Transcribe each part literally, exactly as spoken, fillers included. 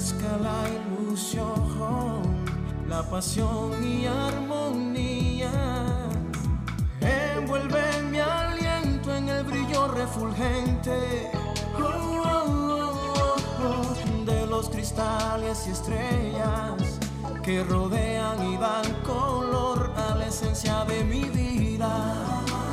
renazca la ilusión, la pasión y armonía. Envuelve mi aliento en el brillo refulgente oh, oh, oh, oh, de los cristales y estrellas que rodean y dan color a la esencia de mi vida.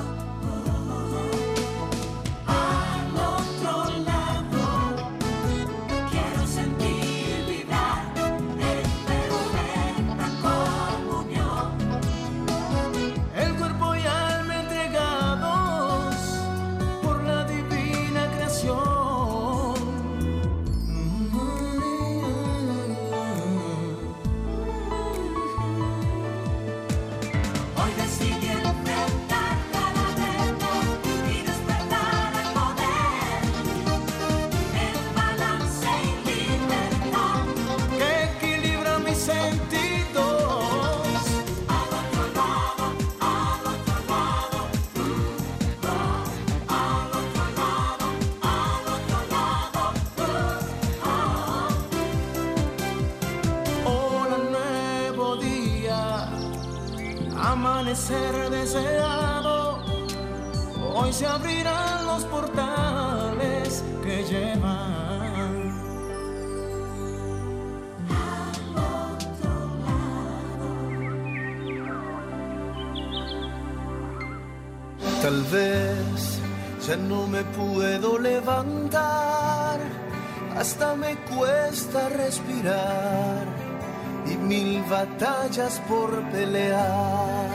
Amanecer deseado, hoy se abrirán los portales que llevan al otro lado. Tal vez ya no me puedo levantar, hasta me cuesta respirar y mil batallas por pelear.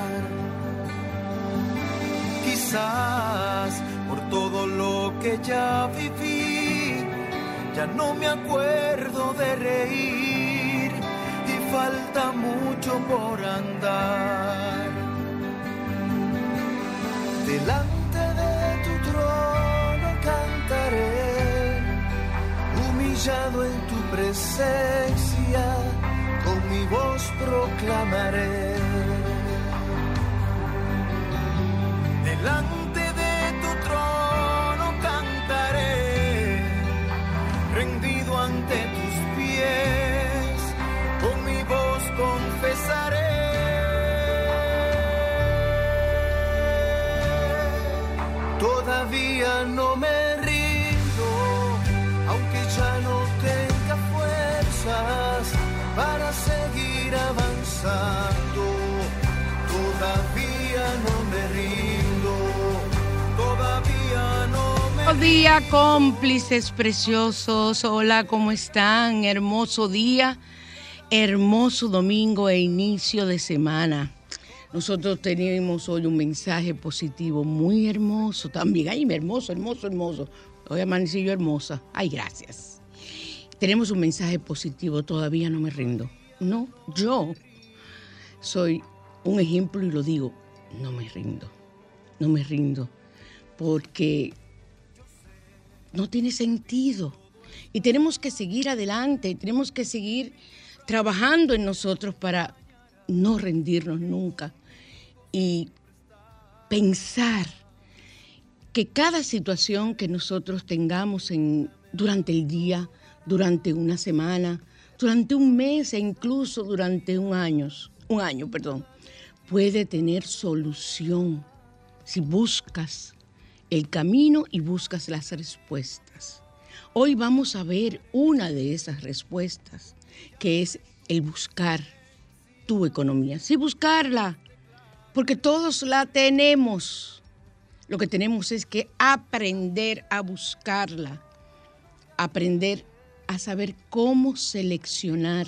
Quizás por todo lo que ya viví, ya no me acuerdo de reír y falta mucho por andar. Delante de tu trono cantaré, humillado en tu presencia, con mi voz proclamaré. Delante de tu trono cantaré, rendido ante tus pies, con mi voz confesaré. Todavía no me rindo, aunque ya no tenga fuerzas para seguir avanzando. Todavía no me rindo, todavía no me Buenos días, cómplices preciosos. Hola, ¿cómo están? Hermoso día, hermoso domingo e inicio de semana. Nosotros tenemos hoy un mensaje positivo muy hermoso también. Ay, hermoso, hermoso, hermoso. Hoy amanecí yo hermosa. Ay, gracias. Tenemos un mensaje positivo, todavía no me rindo. No, yo soy un ejemplo y lo digo, no me rindo, no me rindo, porque no tiene sentido. Y tenemos que seguir adelante, tenemos que seguir trabajando en nosotros para no rendirnos nunca y pensar que cada situación que nosotros tengamos en, durante el día, durante una semana, durante un mes e incluso durante un año, un año, perdón, puede tener solución si buscas el camino y buscas las respuestas. Hoy vamos a ver una de esas respuestas, que es el buscar tu economía. Sí, buscarla, porque todos la tenemos. Lo que tenemos es que aprender a buscarla, aprender a saber cómo seleccionar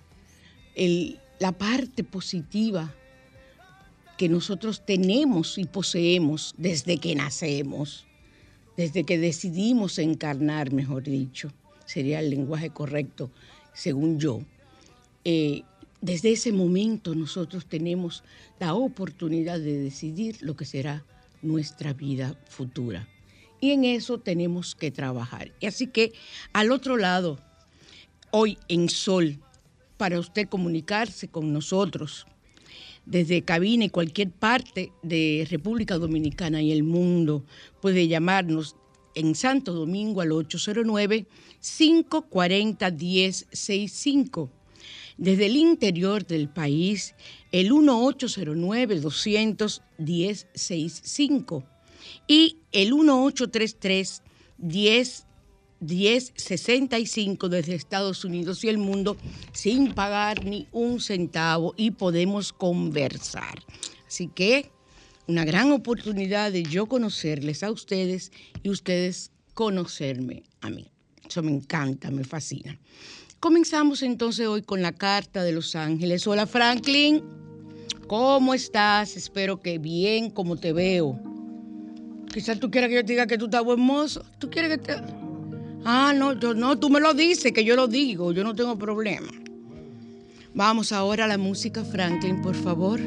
el, la parte positiva que nosotros tenemos y poseemos desde que nacemos, desde que decidimos encarnar, mejor dicho, sería el lenguaje correcto, según yo. Eh, desde ese momento nosotros tenemos la oportunidad de decidir lo que será nuestra vida futura. Y en eso tenemos que trabajar. Y así que al otro lado, hoy en Sol, para usted comunicarse con nosotros desde cabina y cualquier parte de República Dominicana y el mundo, puede llamarnos en Santo Domingo al ocho cero nueve, cinco cuatro cero, uno cero seis cinco. Desde el interior del país, el uno ocho cero nueve, dos cero cero, uno cero seis cinco y el uno ocho tres tres, diez, diez sesenta y cinco desde Estados Unidos y el mundo sin pagar ni un centavo y podemos conversar. Así que una gran oportunidad de yo conocerles a ustedes y ustedes conocerme a mí. Eso me encanta, me fascina. Comenzamos entonces hoy con la carta de los ángeles. Hola Franklin, ¿cómo estás? Espero que bien, como te veo. Quizás tú quieras que yo te diga que tú estás buen mozo. ¿Tú quieres que te...? Ah, no, yo no, tú me lo dices, que yo lo digo, yo no tengo problema. Vamos ahora a la música, Franklin, por favor.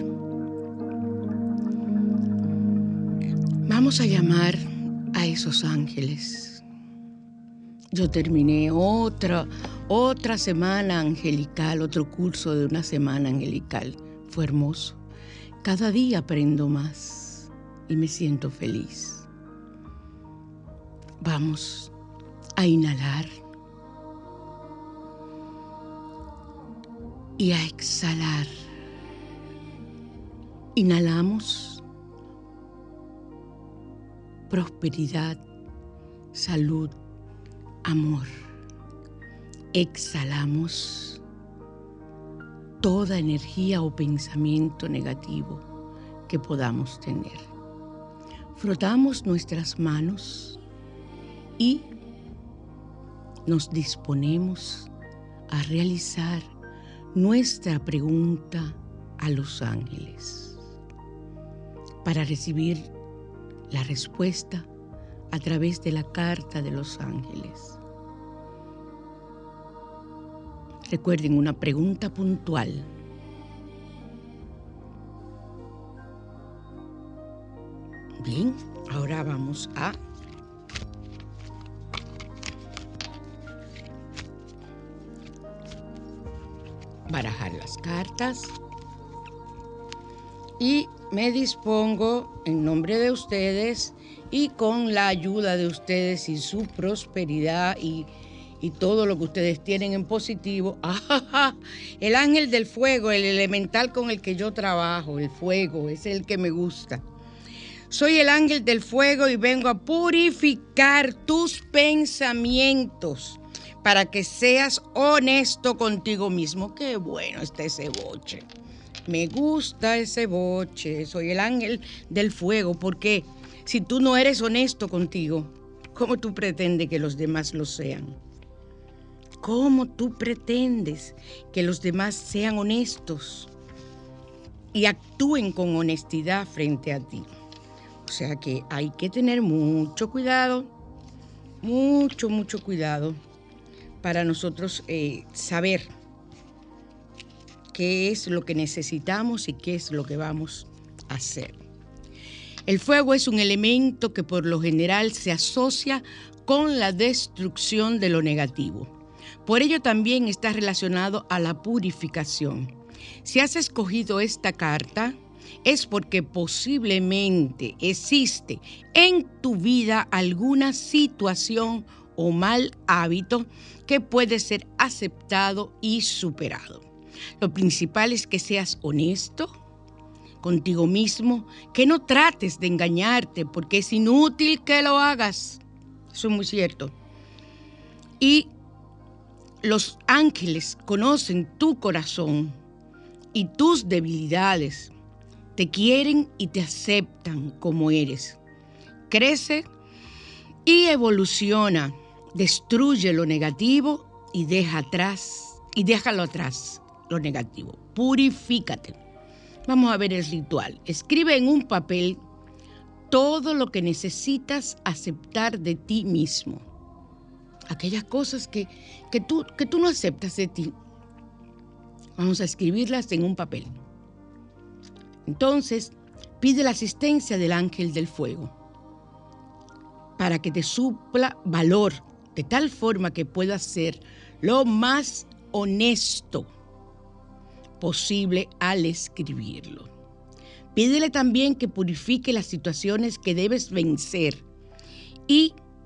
Vamos a llamar a esos ángeles. Yo terminé otra, otra semana angelical, otro curso de una semana angelical. Fue hermoso. Cada día aprendo más y me siento feliz. Vamos a inhalar y a exhalar. Inhalamos prosperidad, salud, amor. Exhalamos toda energía o pensamiento negativo que podamos tener. Frotamos nuestras manos y nos disponemos a realizar nuestra pregunta a los ángeles para recibir la respuesta a través de la carta de los ángeles. Recuerden, una pregunta puntual. Bien, ahora vamos a barajar las cartas y me dispongo en nombre de ustedes y con la ayuda de ustedes y su prosperidad y, y todo lo que ustedes tienen en positivo. ¡Ah! El ángel del fuego, el elemental con el que yo trabajo, el fuego, es el que me gusta. Soy el ángel del fuego y vengo a purificar tus pensamientos para que seas honesto contigo mismo. Qué bueno está ese boche. Me gusta ese boche. Soy el ángel del fuego porque si tú no eres honesto contigo, ¿cómo tú pretendes que los demás lo sean? ¿Cómo tú pretendes que los demás sean honestos y actúen con honestidad frente a ti? O sea que hay que tener mucho cuidado, mucho, mucho cuidado para nosotros eh, saber qué es lo que necesitamos y qué es lo que vamos a hacer. El fuego es un elemento que por lo general se asocia con la destrucción de lo negativo. Por ello también está relacionado a la purificación. Si has escogido esta carta, es porque posiblemente existe en tu vida alguna situación o mal hábito que puede ser aceptado y superado. Lo principal es que seas honesto contigo mismo, que no trates de engañarte porque es inútil que lo hagas. Eso es muy cierto. Y los ángeles conocen tu corazón y tus debilidades. Te quieren y te aceptan como eres. Crece y evoluciona. Destruye lo negativo y deja atrás, y déjalo atrás, lo negativo. Purifícate. Vamos a ver el ritual. Escribe en un papel todo lo que necesitas aceptar de ti mismo. Aquellas cosas que, que, tú, que tú no aceptas de ti. Vamos a escribirlas en un papel. Entonces, pide la asistencia del ángel del fuego para que te supla valor de tal forma que puedas ser lo más honesto posible al escribirlo. Pídele también que purifique las situaciones que debes vencer y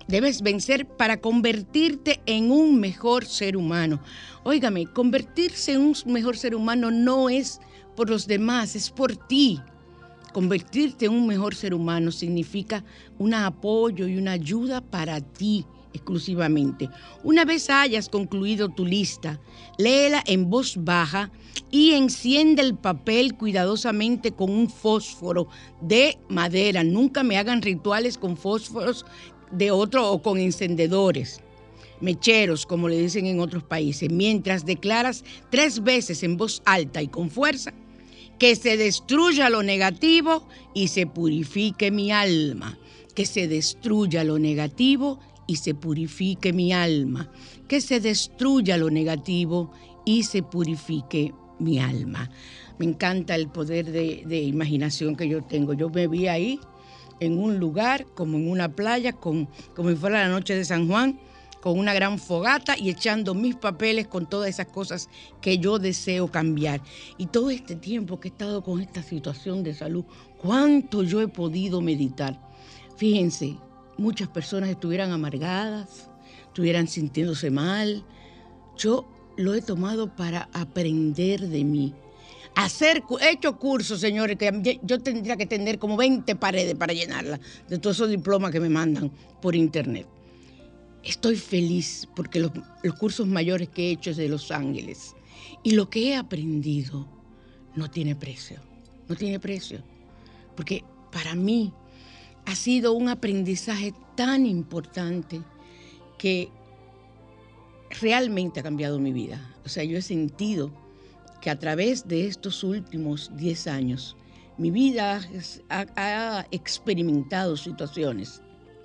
Debes vencer para convertirte en un mejor ser humano. Óigame, convertirse en un mejor ser humano no es por los demás, es por ti. Convertirte en un mejor ser humano significa un apoyo y una ayuda para ti exclusivamente. Una vez hayas concluido tu lista, léela en voz baja y enciende el papel cuidadosamente con un fósforo de madera. Nunca me hagan rituales con fósforos de otro o con encendedores, mecheros, como le dicen en otros países. Mientras declaras tres veces en voz alta y con fuerza que se destruya lo negativo y se purifique mi alma. Que se destruya lo negativo y se purifique mi alma. Que se destruya lo negativo y se purifique mi alma. Me encanta el poder de, de imaginación que yo tengo. Yo me vi ahí en un lugar, como en una playa, con, como si fuera la noche de San Juan, con una gran fogata y echando mis papeles con todas esas cosas que yo deseo cambiar. Y todo este tiempo que he estado con esta situación de salud, cuánto yo he podido meditar. Fíjense, muchas personas estuvieran amargadas, estuvieran sintiéndose mal. Yo lo he tomado para aprender de mí. Hacer, he hecho cursos, señores, que yo tendría que tener como veinte paredes para llenarla de todos esos diplomas que me mandan por internet. Estoy feliz porque los, los cursos mayores que he hecho es de Los Ángeles. Y lo que he aprendido no tiene precio, no tiene precio. Porque para mí ha sido un aprendizaje tan importante que realmente ha cambiado mi vida. O sea, yo he sentido que a través de estos últimos diez años, mi vida ha, ha experimentado situaciones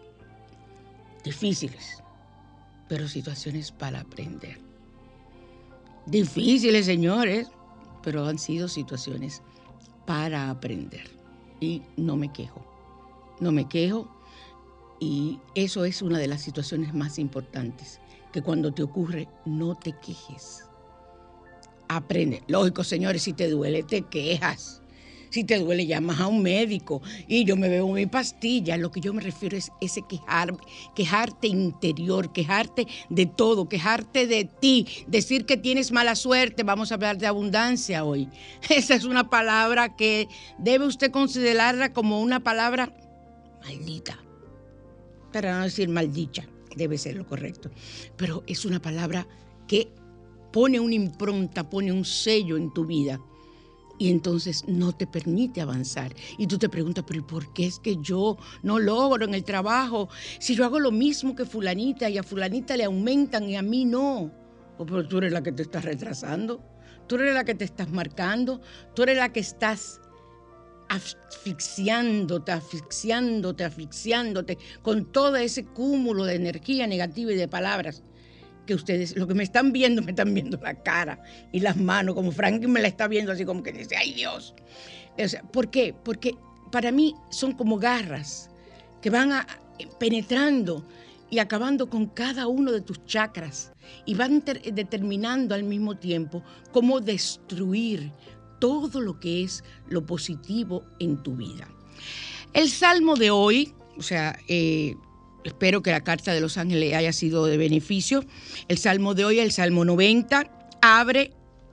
difíciles, pero situaciones para aprender. Difíciles, señores, pero han sido situaciones para aprender. Y no me quejo, no me quejo. Y eso es una de las situaciones más importantes, que cuando te ocurre, no te quejes. Aprende. Lógico, señores, si te duele, te quejas. Si te duele, llamas a un médico. Y yo me bebo mi pastilla. Lo que yo me refiero es ese quejar, quejarte interior, quejarte de todo, quejarte de ti, decir que tienes mala suerte. Vamos a hablar de abundancia hoy. Esa es una palabra que debe usted considerarla como una palabra maldita. Para no decir maldicha, debe ser lo correcto. Pero es una palabra que pone una impronta, pone un sello en tu vida y entonces no te permite avanzar. Y tú te preguntas, pero ¿por qué es que yo no logro en el trabajo? Si yo hago lo mismo que fulanita y a fulanita le aumentan y a mí no. Oh, pero tú eres la que te estás retrasando, tú eres la que te estás marcando, tú eres la que estás asfixiándote, asfixiándote, asfixiándote con todo ese cúmulo de energía negativa y de palabras que ustedes, lo que me están viendo, me están viendo la cara y las manos, como Frankie me la está viendo así como que dice, ¡ay Dios! O sea, ¿por qué? Porque para mí son como garras que van a, penetrando y acabando con cada uno de tus chakras y van ter, determinando al mismo tiempo cómo destruir todo lo que es lo positivo en tu vida. El salmo de hoy, o sea, eh, espero que la carta de los ángeles haya sido de beneficio. El salmo de hoy, el salmo noventa, abre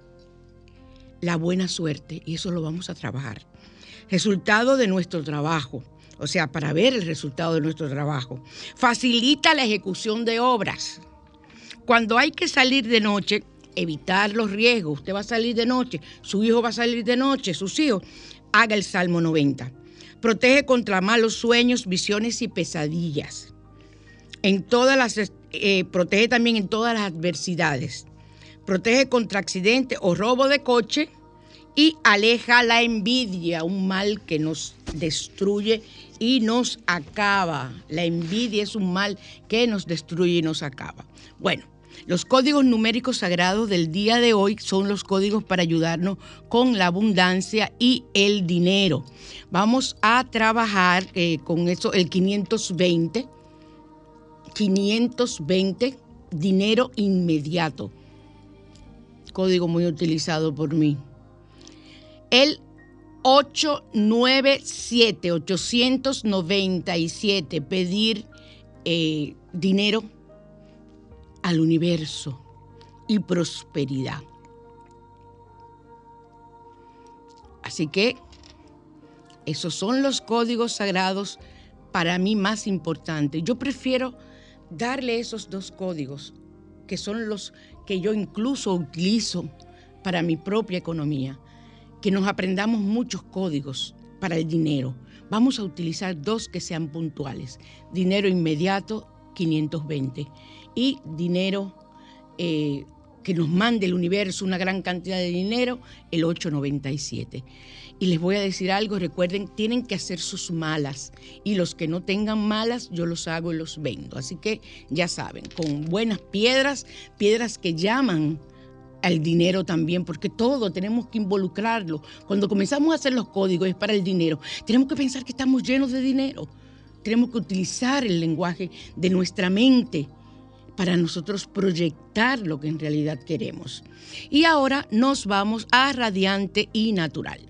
la buena suerte y eso lo vamos a trabajar. Resultado de nuestro trabajo, o sea, para ver el resultado de nuestro trabajo. Facilita la ejecución de obras. Cuando hay que salir de noche, evitar los riesgos. Usted va a salir de noche, su hijo va a salir de noche, sus hijos. Haga el salmo noventa. Protege contra malos sueños, visiones y pesadillas. En todas las, eh, protege también en todas las adversidades. Protege contra accidentes o robo de coche y aleja la envidia, un mal que nos destruye y nos acaba. La envidia es un mal que nos destruye y nos acaba. Bueno, los códigos numéricos sagrados del día de hoy son los códigos para ayudarnos con la abundancia y el dinero. Vamos a trabajar eh, con eso, el quinientos veinte. quinientos veinte, dinero inmediato. Código muy utilizado por mí. El ochocientos noventa y siete, ochocientos noventa y siete, pedir eh, dinero al universo y prosperidad. Así que esos son los códigos sagrados para mí más importantes. Yo prefiero darle esos dos códigos, que son los que yo incluso utilizo para mi propia economía, que nos aprendamos muchos códigos para el dinero. Vamos a utilizar dos que sean puntuales. Dinero inmediato, quinientos veinte, y dinero eh, que nos mande el universo una gran cantidad de dinero, el ochocientos noventa y siete. Y les voy a decir algo, recuerden, tienen que hacer sus malas, y los que no tengan malas, yo los hago y los vendo. Así que ya saben, con buenas piedras, piedras que llaman al dinero también, porque todo tenemos que involucrarlo. Cuando comenzamos a hacer los códigos es para el dinero. Tenemos que pensar que estamos llenos de dinero. Tenemos que utilizar el lenguaje de nuestra mente para nosotros proyectar lo que en realidad queremos. Y ahora nos vamos a radiante y natural.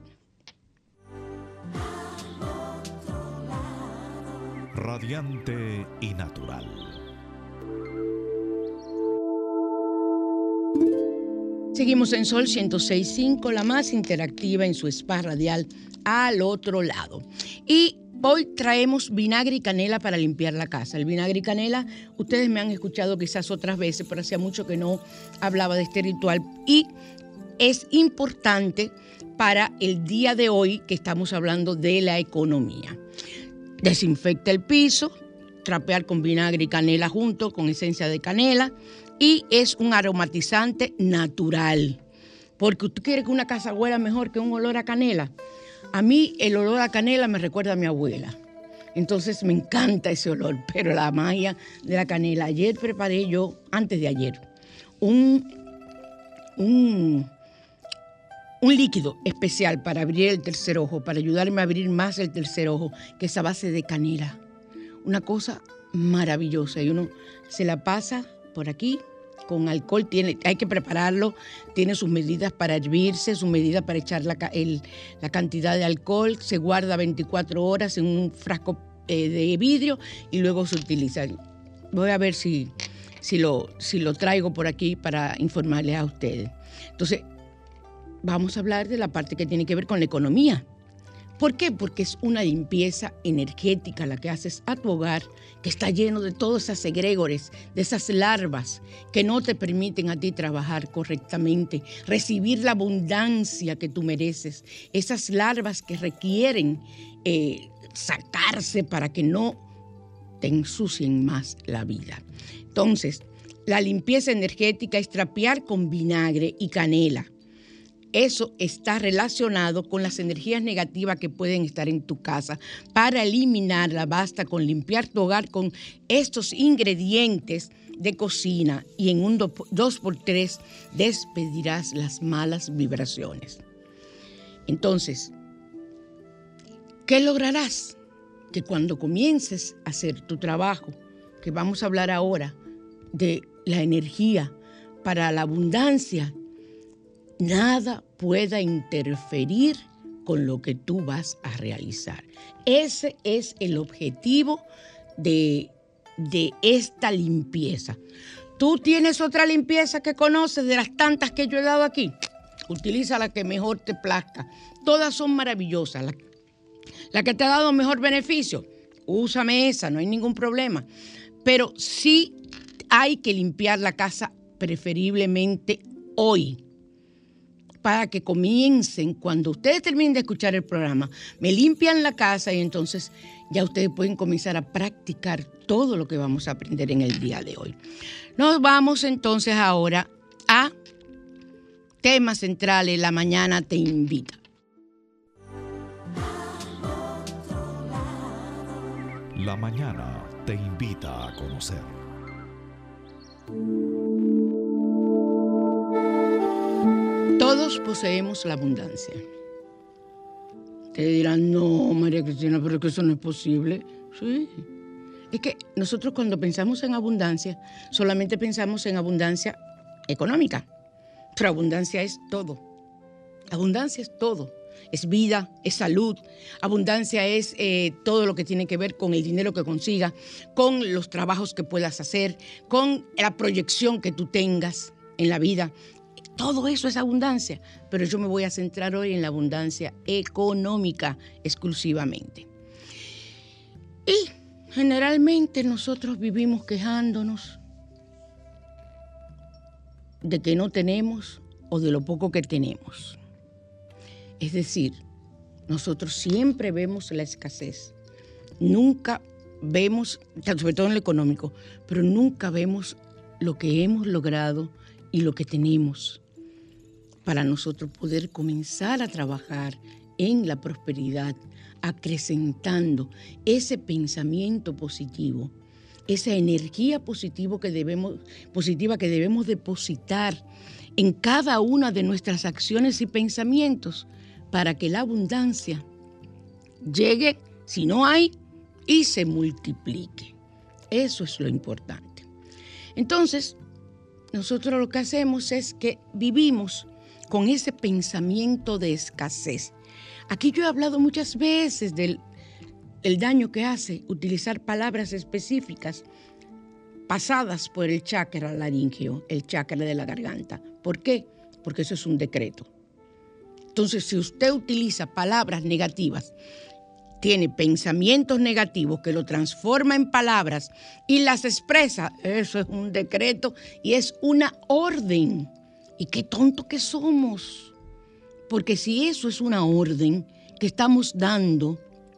Radiante y natural. Seguimos en Sol ciento seis punto cinco, la más interactiva en su spa radial al otro lado. Y hoy traemos vinagre y canela para limpiar la casa. El vinagre y canela, ustedes me han escuchado quizás otras veces, pero hacía mucho que no hablaba de este ritual. Y es importante para el día de hoy que estamos hablando de la economía. Desinfecta el piso, trapear con vinagre y canela junto, con esencia de canela, y es un aromatizante natural. Porque usted quiere que una casa huela mejor que un olor a canela. A mí el olor a canela me recuerda a mi abuela. Entonces me encanta ese olor, pero la magia de la canela. Ayer preparé yo, antes de ayer, un, un, un líquido especial para abrir el tercer ojo, para ayudarme a abrir más el tercer ojo, que es a base de canela. Una cosa maravillosa. Y uno se la pasa por aquí con alcohol, tiene, hay que prepararlo, tiene sus medidas para hervirse, sus medidas para echar la, el, la cantidad de alcohol, se guarda veinticuatro horas en un frasco eh, de vidrio y luego se utiliza. Voy a ver si, si, lo, si lo traigo por aquí para informarles a ustedes. Entonces, vamos a hablar de la parte que tiene que ver con la economía. ¿Por qué? Porque es una limpieza energética la que haces a tu hogar, que está lleno de todos esos egregores, de esas larvas que no te permiten a ti trabajar correctamente, recibir la abundancia que tú mereces, esas larvas que requieren eh, sacarse para que no te ensucien más la vida. Entonces, la limpieza energética es trapear con vinagre y canela. Eso está relacionado con las energías negativas que pueden estar en tu casa. Para eliminarla, basta con limpiar tu hogar con estos ingredientes de cocina y en un dos por tres despedirás las malas vibraciones. Entonces, ¿qué lograrás? Que cuando comiences a hacer tu trabajo, que vamos a hablar ahora de la energía para la abundancia, nada pueda interferir con lo que tú vas a realizar. Ese es el objetivo de, de esta limpieza. Tú tienes otra limpieza que conoces de las tantas que yo he dado aquí. Utiliza la que mejor te plazca. Todas son maravillosas. La, la que te ha dado mejor beneficio, úsame esa, no hay ningún problema. Pero sí hay que limpiar la casa preferiblemente hoy, para que comiencen, cuando ustedes terminen de escuchar el programa, me limpian la casa y entonces ya ustedes pueden comenzar a practicar todo lo que vamos a aprender en el día de hoy. Nos vamos entonces ahora a temas centrales. La mañana te invita. La mañana te invita a conocer. Todos poseemos la abundancia. Ustedes dirán, no, María Cristina, pero que eso no es posible. Sí. Es que nosotros cuando pensamos en abundancia, solamente pensamos en abundancia económica. Pero abundancia es todo. Abundancia es todo. es vida, es salud. Abundancia es eh, todo lo que tiene que ver con el dinero que consigas, con los trabajos que puedas hacer, con la proyección que tú tengas en la vida. Todo eso es abundancia, pero yo me voy a centrar hoy en la abundancia económica exclusivamente. Y generalmente nosotros vivimos quejándonos de que no tenemos o de lo poco que tenemos. Es decir, nosotros siempre vemos la escasez, nunca vemos, sobre todo en lo económico, pero nunca vemos lo que hemos logrado y lo que tenemos para nosotros poder comenzar a trabajar en la prosperidad, acrecentando ese pensamiento positivo, esa energía positivo que debemos, positiva que debemos depositar en cada una de nuestras acciones y pensamientos para que la abundancia llegue, si no hay, y se multiplique. Eso es lo importante. Entonces, nosotros lo que hacemos es que vivimos con ese pensamiento de escasez. Aquí yo he hablado muchas veces del el daño que hace utilizar palabras específicas pasadas por el chakra laríngeo, el chakra de la garganta. ¿Por qué? Porque eso es un decreto. Entonces, si usted utiliza palabras negativas, tiene pensamientos negativos que lo transforma en palabras y las expresa, eso es un decreto y es una orden. Y qué tonto que somos. Porque si eso es una orden que estamos dando,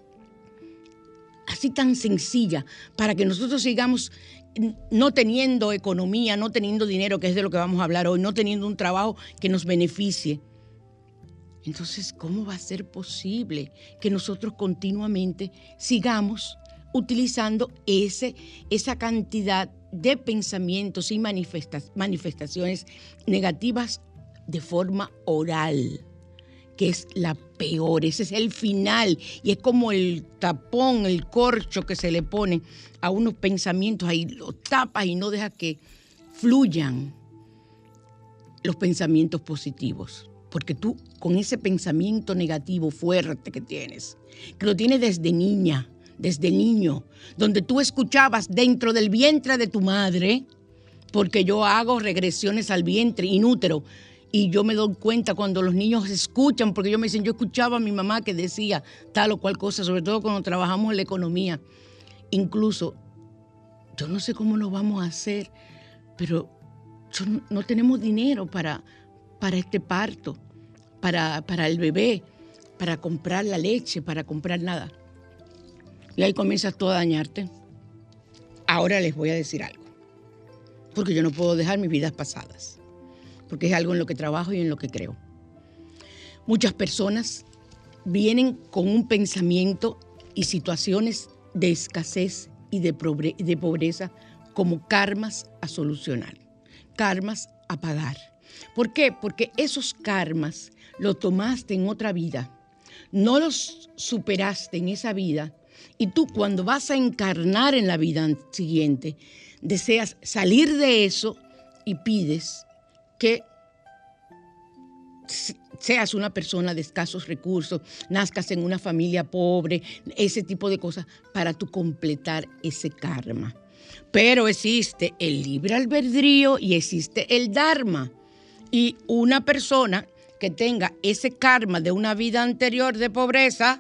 así tan sencilla, para que nosotros sigamos no teniendo economía, no teniendo dinero, que es de lo que vamos a hablar hoy, no teniendo un trabajo que nos beneficie. Entonces, ¿cómo va a ser posible que nosotros continuamente sigamos utilizando ese, esa cantidad de pensamientos y manifestaciones negativas de forma oral? Que es la peor, ese es el final y es como el tapón, el corcho que se le pone a unos pensamientos, ahí lo tapas y no dejas que fluyan los pensamientos positivos, porque tú con ese pensamiento negativo fuerte que tienes, que lo tienes desde niña, desde niño, donde tú escuchabas dentro del vientre de tu madre, porque yo hago regresiones al vientre, inútero. Y yo me doy cuenta cuando los niños escuchan, porque ellos me dicen, yo escuchaba a mi mamá que decía tal o cual cosa, sobre todo cuando trabajamos en la economía. Incluso, yo no sé cómo lo vamos a hacer, pero yo no, no tenemos dinero para, para este parto, para, para el bebé, para comprar la leche, para comprar nada. Y ahí comienzas tú a dañarte. Ahora les voy a decir algo, porque yo no puedo dejar mis vidas pasadas, porque es algo en lo que trabajo y en lo que creo. Muchas personas vienen con un pensamiento y situaciones de escasez y de pobreza como karmas a solucionar, karmas a pagar. ¿Por qué? Porque esos karmas los tomaste en otra vida, no los superaste en esa vida y tú cuando vas a encarnar en la vida siguiente, deseas salir de eso y pides que seas una persona de escasos recursos, nazcas en una familia pobre, ese tipo de cosas, para tú completar ese karma. Pero existe el libre albedrío y existe el dharma. Y una persona que tenga ese karma de una vida anterior de pobreza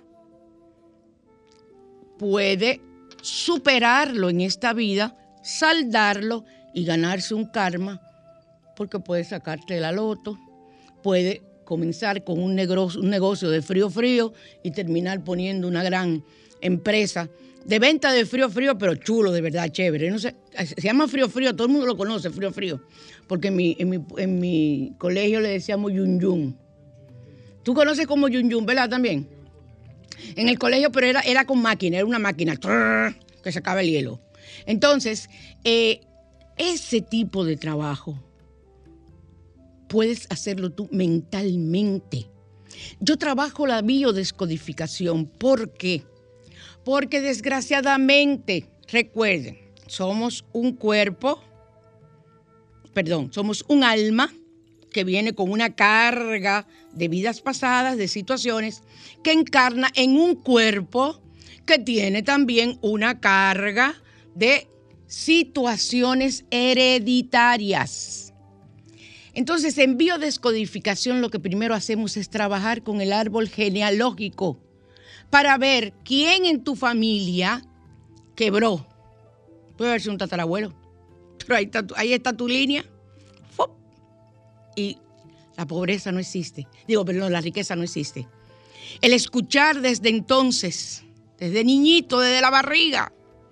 puede superarlo en esta vida, saldarlo y ganarse un karma, porque puede sacarte la loto, puede comenzar con un negocio, un negocio de frío frío y terminar poniendo una gran empresa de venta de frío frío, pero chulo, de verdad, chévere. No sé, se llama frío frío, todo el mundo lo conoce, frío frío, porque en mi, en mi, en mi colegio le decíamos yun yun. ¿Tú conoces como yun yun, verdad, también? En el colegio, pero era, era con máquina, era una máquina trrr, que sacaba el hielo. Entonces, eh, ese tipo de trabajo puedes hacerlo tú mentalmente. Yo trabajo la biodescodificación. ¿Por qué? Porque desgraciadamente, recuerden, somos un cuerpo, perdón, somos un alma que viene con una carga de vidas pasadas, de situaciones, que encarna en un cuerpo que tiene también una carga de situaciones hereditarias. Entonces, en biodescodificación lo que primero hacemos es trabajar con el árbol genealógico para ver quién en tu familia quebró. Puede haber sido un tatarabuelo, pero ahí está, ahí está tu línea. ¡Fop! Y la pobreza no existe. Digo, perdón, la riqueza no existe. El escuchar desde entonces, desde niñito, desde la barriga,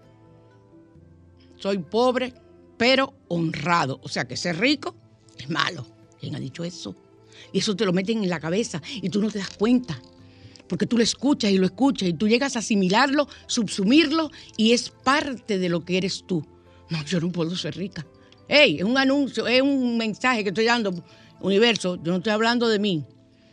soy pobre, pero honrado. O sea, que ser rico es malo. ¿Quién ha dicho eso? Y eso te lo meten en la cabeza y tú no te das cuenta. Porque tú lo escuchas y lo escuchas y tú llegas a asimilarlo, subsumirlo y es parte de lo que eres tú. No, yo no puedo ser rica. Ey, es un anuncio, es un mensaje que estoy dando, universo, yo no estoy hablando de mí.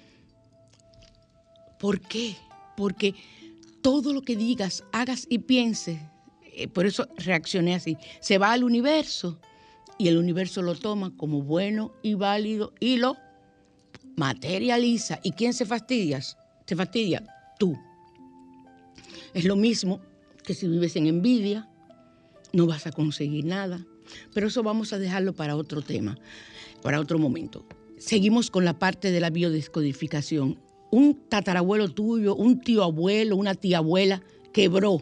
¿Por qué? Porque todo lo que digas, hagas y pienses, eh, por eso reaccioné así, se va al universo y el universo lo toma como bueno y válido y lo materializa. ¿Y quién se fastidia? Se fastidia tú. Es lo mismo que si vives en envidia, no vas a conseguir nada. Pero eso vamos a dejarlo para otro tema, para otro momento. Seguimos con la parte de la biodescodificación. Un tatarabuelo tuyo, un tío abuelo, una tía abuela quebró.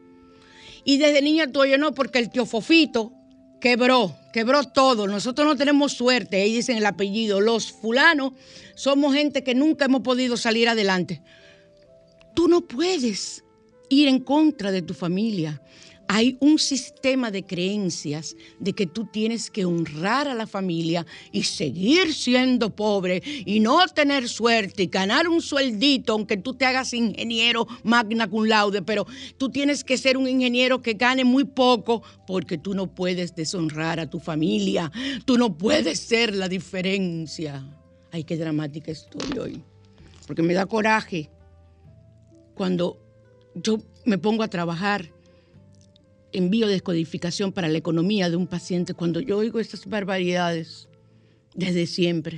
Y desde niña tú oyes, no, porque el tío Fofito quebró, quebró todo. Nosotros no tenemos suerte, ahí dicen el apellido. Los fulanos somos gente que nunca hemos podido salir adelante. Tú no puedes ir en contra de tu familia. Hay un sistema de creencias de que tú tienes que honrar a la familia y seguir siendo pobre y no tener suerte y ganar un sueldito, aunque tú te hagas ingeniero magna cum laude, pero tú tienes que ser un ingeniero que gane muy poco porque tú no puedes deshonrar a tu familia. Tú no puedes ser la diferencia. Ay, qué dramática estoy hoy. Porque me da coraje cuando yo me pongo a trabajar en biodescodificación para la economía de un paciente, cuando yo oigo estas barbaridades desde siempre.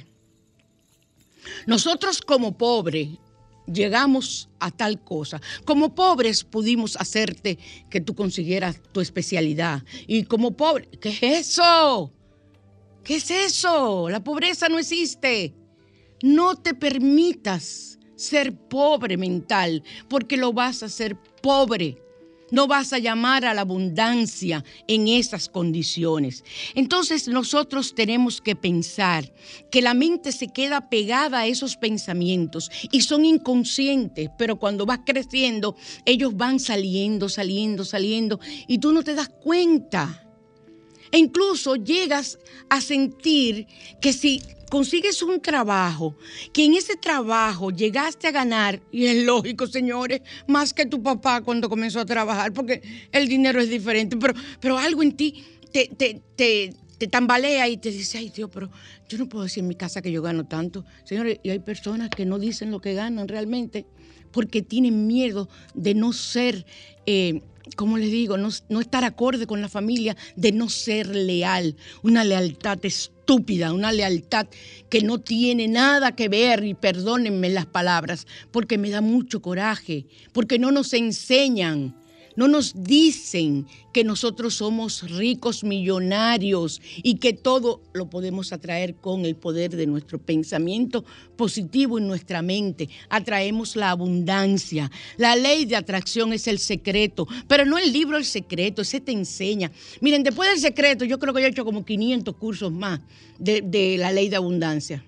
Nosotros como pobres llegamos a tal cosa. Como pobres pudimos hacerte que tú consiguieras tu especialidad. Y como pobre, ¿qué es eso? ¿Qué es eso? La pobreza no existe. No te permitas ser pobre mental, porque lo vas a hacer pobre. No vas a llamar a la abundancia en esas condiciones. Entonces nosotros tenemos que pensar que la mente se queda pegada a esos pensamientos y son inconscientes, pero cuando vas creciendo, ellos van saliendo, saliendo, saliendo y tú no te das cuenta. E incluso llegas a sentir que si consigues un trabajo, que en ese trabajo llegaste a ganar, y es lógico, señores, más que tu papá cuando comenzó a trabajar, porque el dinero es diferente, pero, pero algo en ti te, te, te, te tambalea y te dice, ay Dios, pero yo no puedo decir en mi casa que yo gano tanto. Señores, y hay personas que no dicen lo que ganan realmente porque tienen miedo de no ser... Eh, ¿Cómo les digo? No, no estar acorde con la familia, de no ser leal. Una lealtad estúpida, una lealtad que no tiene nada que ver, y perdónenme las palabras, porque me da mucho coraje, porque no nos enseñan, no nos dicen que nosotros somos ricos millonarios y que todo lo podemos atraer con el poder de nuestro pensamiento positivo en nuestra mente. Atraemos la abundancia. La ley de atracción es el secreto, pero no el libro El Secreto, ese te enseña. Miren, después del secreto, yo creo que yo he hecho como quinientos cursos más de, de la ley de abundancia.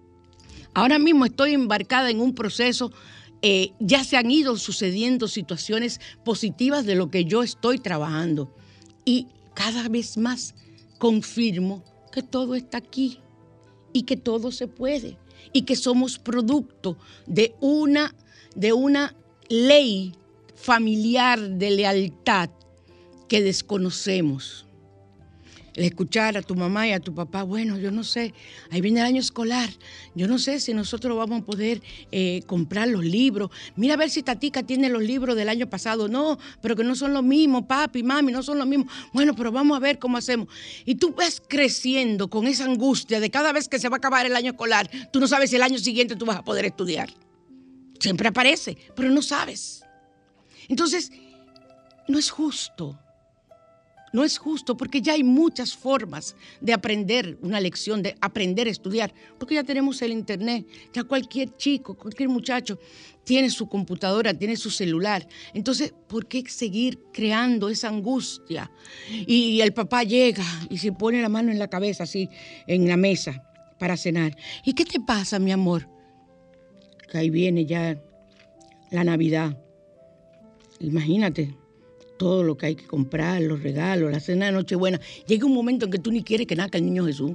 Ahora mismo estoy embarcada en un proceso. Eh, ya se han ido sucediendo situaciones positivas de lo que yo estoy trabajando y cada vez más confirmo que todo está aquí y que todo se puede y que somos producto de una, de una ley familiar de lealtad que desconocemos. el escuchar a tu mamá y a tu papá, bueno, yo no sé, ahí viene el año escolar, yo no sé si nosotros vamos a poder eh, comprar los libros, mira a ver si Tatica tiene los libros del año pasado, no, pero que no son los mismos, papi, mami, no son los mismos, bueno, pero vamos a ver cómo hacemos. Y tú vas creciendo con esa angustia de cada vez que se va a acabar el año escolar, tú no sabes si el año siguiente tú vas a poder estudiar. Siempre aparece, pero no sabes. Entonces, no es justo. No es justo porque ya hay muchas formas de aprender una lección, de aprender a estudiar, porque ya tenemos el internet, ya cualquier chico, cualquier muchacho tiene su computadora, tiene su celular. Entonces, ¿por qué seguir creando esa angustia? Y el papá llega y se pone la mano en la cabeza, así, en la mesa, para cenar. ¿Y qué te pasa, mi amor? Que ahí viene ya la Navidad. Imagínate. Todo lo que hay que comprar, los regalos, la cena de Nochebuena. Llega un momento en que tú ni quieres que nazca el niño Jesús.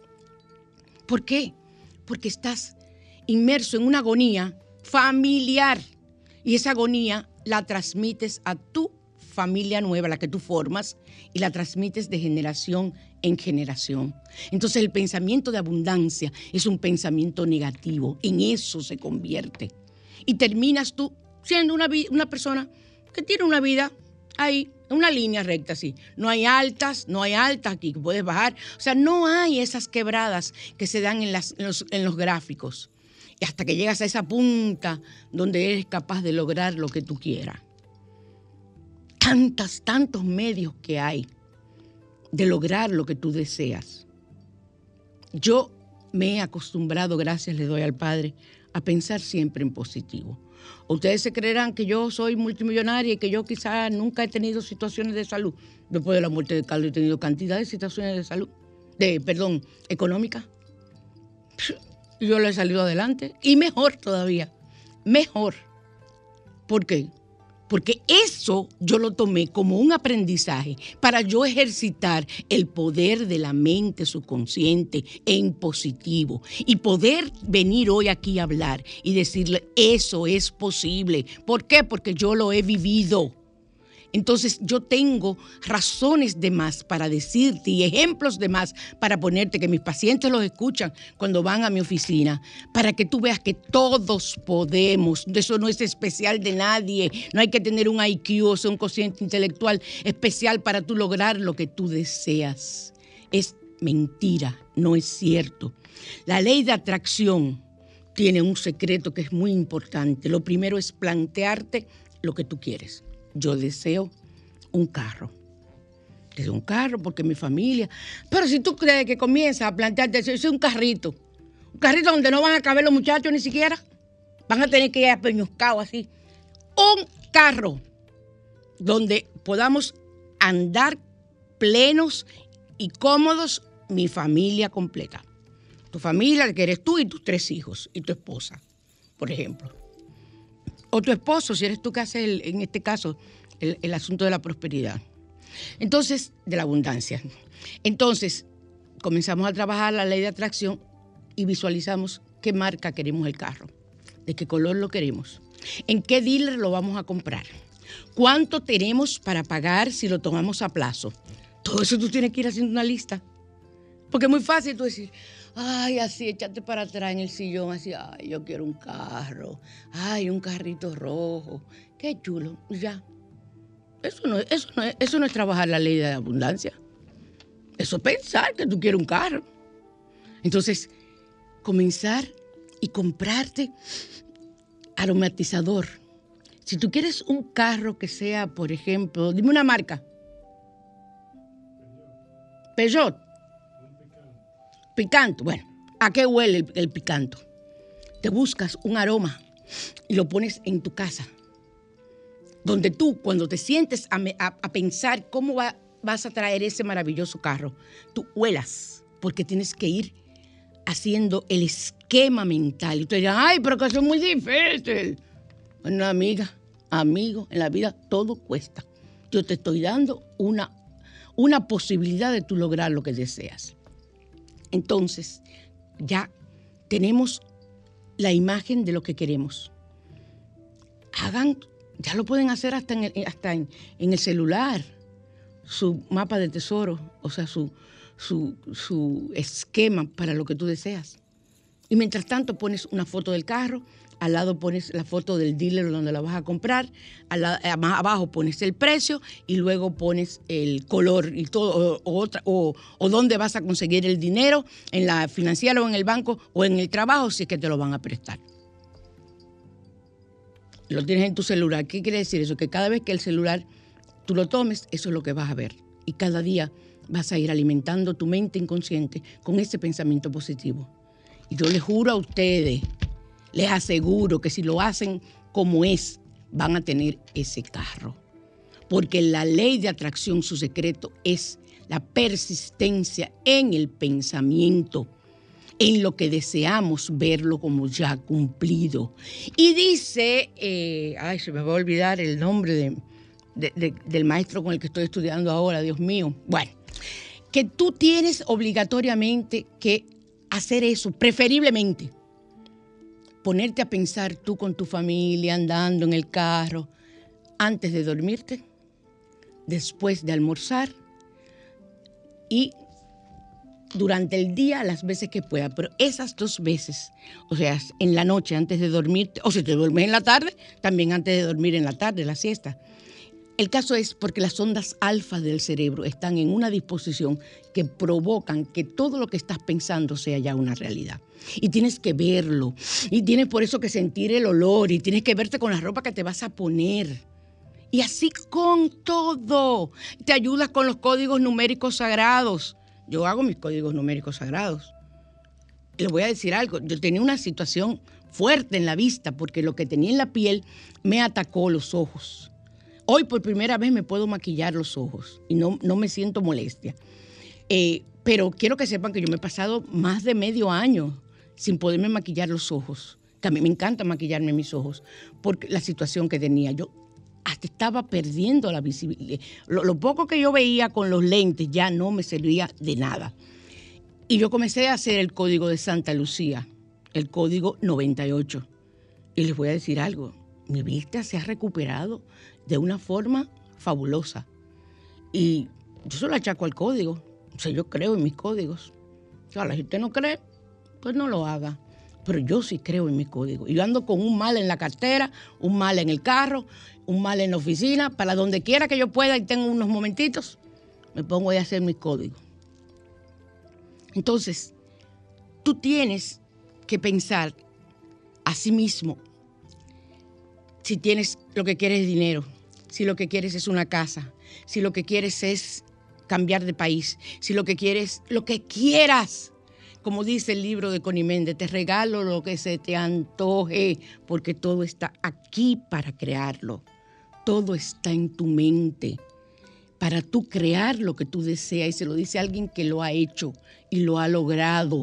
¿Por qué? Porque estás inmerso en una agonía familiar. Y esa agonía la transmites a tu familia nueva, la que tú formas, y la transmites de generación en generación. Entonces el pensamiento de abundancia es un pensamiento negativo. En eso se convierte. Y terminas tú siendo una, una persona que tiene una vida ahí, una línea recta, así. No hay altas, no hay altas aquí que puedes bajar. O sea, no hay esas quebradas que se dan en, las, en, los, en los gráficos. Y hasta que llegas a esa punta donde eres capaz de lograr lo que tú quieras. Tantas, tantos medios que hay de lograr lo que tú deseas. Yo me he acostumbrado, gracias le doy al Padre, a pensar siempre en positivo. Ustedes se creerán que yo soy multimillonaria y que yo quizás nunca he tenido situaciones de salud. Después de la muerte de Carlos he tenido cantidad de situaciones de salud, de, perdón, económicas. Yo le he salido adelante y mejor todavía, mejor. ¿Por qué? Porque eso yo lo tomé como un aprendizaje para yo ejercitar el poder de la mente subconsciente en positivo y poder venir hoy aquí a hablar y decirle, eso es posible. ¿Por qué? Porque yo lo he vivido. Entonces yo tengo razones de más para decirte y ejemplos de más para ponerte, que mis pacientes los escuchan cuando van a mi oficina, para que tú veas que todos podemos. Eso no es especial de nadie. No hay que tener un I Q, o sea, un cociente intelectual especial para tú lograr lo que tú deseas. Es mentira, no es cierto. La ley de atracción tiene un secreto que es muy importante. Lo primero es plantearte lo que tú quieres. Yo deseo un carro. Deseo un carro porque mi familia... Pero si tú crees que comienzas a plantearte, deseo un carrito. Un carrito donde no van a caber los muchachos ni siquiera. Van a tener que ir apeñuscados así. Un carro donde podamos andar plenos y cómodos mi familia completa. Tu familia, que eres tú y tus tres hijos y tu esposa, por ejemplo. O tu esposo, si eres tú que haces, el, en este caso, el, el asunto de la prosperidad. Entonces, de la abundancia. Entonces, comenzamos a trabajar la ley de atracción y visualizamos qué marca queremos el carro, de qué color lo queremos, en qué dealer lo vamos a comprar, cuánto tenemos para pagar si lo tomamos a plazo. Todo eso tú tienes que ir haciendo una lista. Porque es muy fácil tú decir, ay, así, échate para atrás en el sillón, así, ay, yo quiero un carro, ay, un carrito rojo, qué chulo, ya. Eso no, eso no, es, eso no es trabajar la ley de la abundancia. Eso es pensar que tú quieres un carro. Entonces, comenzar y comprarte aromatizador. Si tú quieres un carro que sea, por ejemplo, dime una marca. Peugeot. Picanto. Bueno, ¿a qué huele el, el picanto? Te buscas un aroma y lo pones en tu casa, donde tú, cuando te sientes a, a, a pensar cómo va, vas a traer ese maravilloso carro, tú huelas, porque tienes que ir haciendo el esquema mental. Y tú dirás, ay, pero que eso es muy difícil. Bueno, amiga, amigo, en la vida todo cuesta. Yo te estoy dando una, una posibilidad de tú lograr lo que deseas. Entonces, ya tenemos la imagen de lo que queremos. Hagan, ya lo pueden hacer hasta en el, hasta en, en el celular, su mapa de tesoro, o sea, su, su, su esquema para lo que tú deseas. Y mientras tanto pones una foto del carro, al lado pones la foto del dealer donde la vas a comprar, al lado, más abajo pones el precio y luego pones el color y todo, o, o, otra, o, o dónde vas a conseguir el dinero, en la financiera o en el banco o en el trabajo, si es que te lo van a prestar. Lo tienes en tu celular. ¿Qué quiere decir eso? Que cada vez que el celular tú lo tomes, eso es lo que vas a ver. Y cada día vas a ir alimentando tu mente inconsciente con ese pensamiento positivo. Y yo les juro a ustedes, les aseguro que si lo hacen como es, van a tener ese carro. Porque la ley de atracción, su secreto es la persistencia en el pensamiento, en lo que deseamos verlo como ya cumplido. Y dice, eh, ay, se me va a olvidar el nombre de, de, de, del maestro con el que estoy estudiando ahora, Dios mío. Bueno, que tú tienes obligatoriamente que hacer eso, preferiblemente. Ponerte a pensar tú con tu familia, andando en el carro, antes de dormirte, después de almorzar y durante el día las veces que pueda. Pero esas dos veces, o sea, en la noche antes de dormirte, o si te duermes en la tarde, también antes de dormir en la tarde, la siesta. El caso es porque las ondas alfa del cerebro están en una disposición que provocan que todo lo que estás pensando sea ya una realidad. Y tienes que verlo. Y tienes por eso que sentir el olor. Y tienes que verte con la ropa que te vas a poner. Y así con todo. Te ayudas con los códigos numéricos sagrados. Yo hago mis códigos numéricos sagrados. Les voy a decir algo. Yo tenía una situación fuerte en la vista porque lo que tenía en la piel me atacó los ojos. Hoy por primera vez me puedo maquillar los ojos y no, no me siento molestia. Eh, pero quiero que sepan que yo me he pasado más de medio año sin poderme maquillar los ojos. Que a mí me encanta maquillarme mis ojos porque la situación que tenía. Yo hasta estaba perdiendo la visibilidad. Lo, lo poco que yo veía con los lentes ya no me servía de nada. Y yo comencé a hacer el código de Santa Lucía, el código noventa y ocho. Y les voy a decir algo. Mi vista se ha recuperado de una forma fabulosa. Y yo se lo achaco al código. O sea, yo creo en mis códigos. Ahora, si usted no cree, pues no lo haga. Pero yo sí creo en mi código. Y yo ando con un mal en la cartera, un mal en el carro, un mal en la oficina. Para donde quiera que yo pueda y tengo unos momentitos, me pongo a hacer mi código. Entonces, tú tienes que pensar a sí mismo. Si tienes lo que quieres es dinero, si lo que quieres es una casa, si lo que quieres es cambiar de país, si lo que quieres, lo que quieras, como dice el libro de Connie Méndez, te regalo lo que se te antoje, porque todo está aquí para crearlo. Todo está en tu mente para tú crear lo que tú deseas. Y se lo dice alguien que lo ha hecho y lo ha logrado.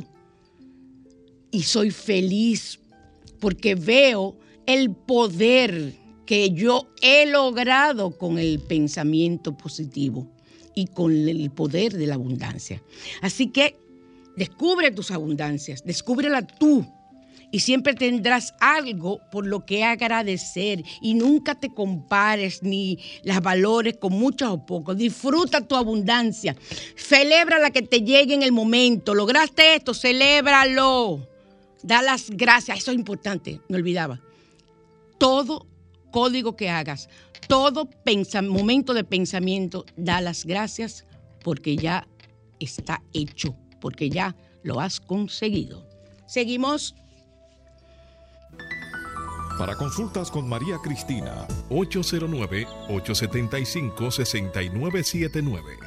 Y soy feliz porque veo el poder que yo he logrado con el pensamiento positivo y con el poder de la abundancia. Así que descubre tus abundancias, descúbrela tú y siempre tendrás algo por lo que agradecer y nunca te compares ni las valores con muchos o pocos. Disfruta tu abundancia, celebra la que te llegue en el momento. Lograste esto, celébralo, da las gracias, eso es importante, me olvidaba. Todo código que hagas, todo pensa, momento de pensamiento, da las gracias porque ya está hecho, porque ya lo has conseguido. Seguimos. Para consultas con María Cristina, ocho cero nueve, ocho siete cinco, seis nueve siete nueve.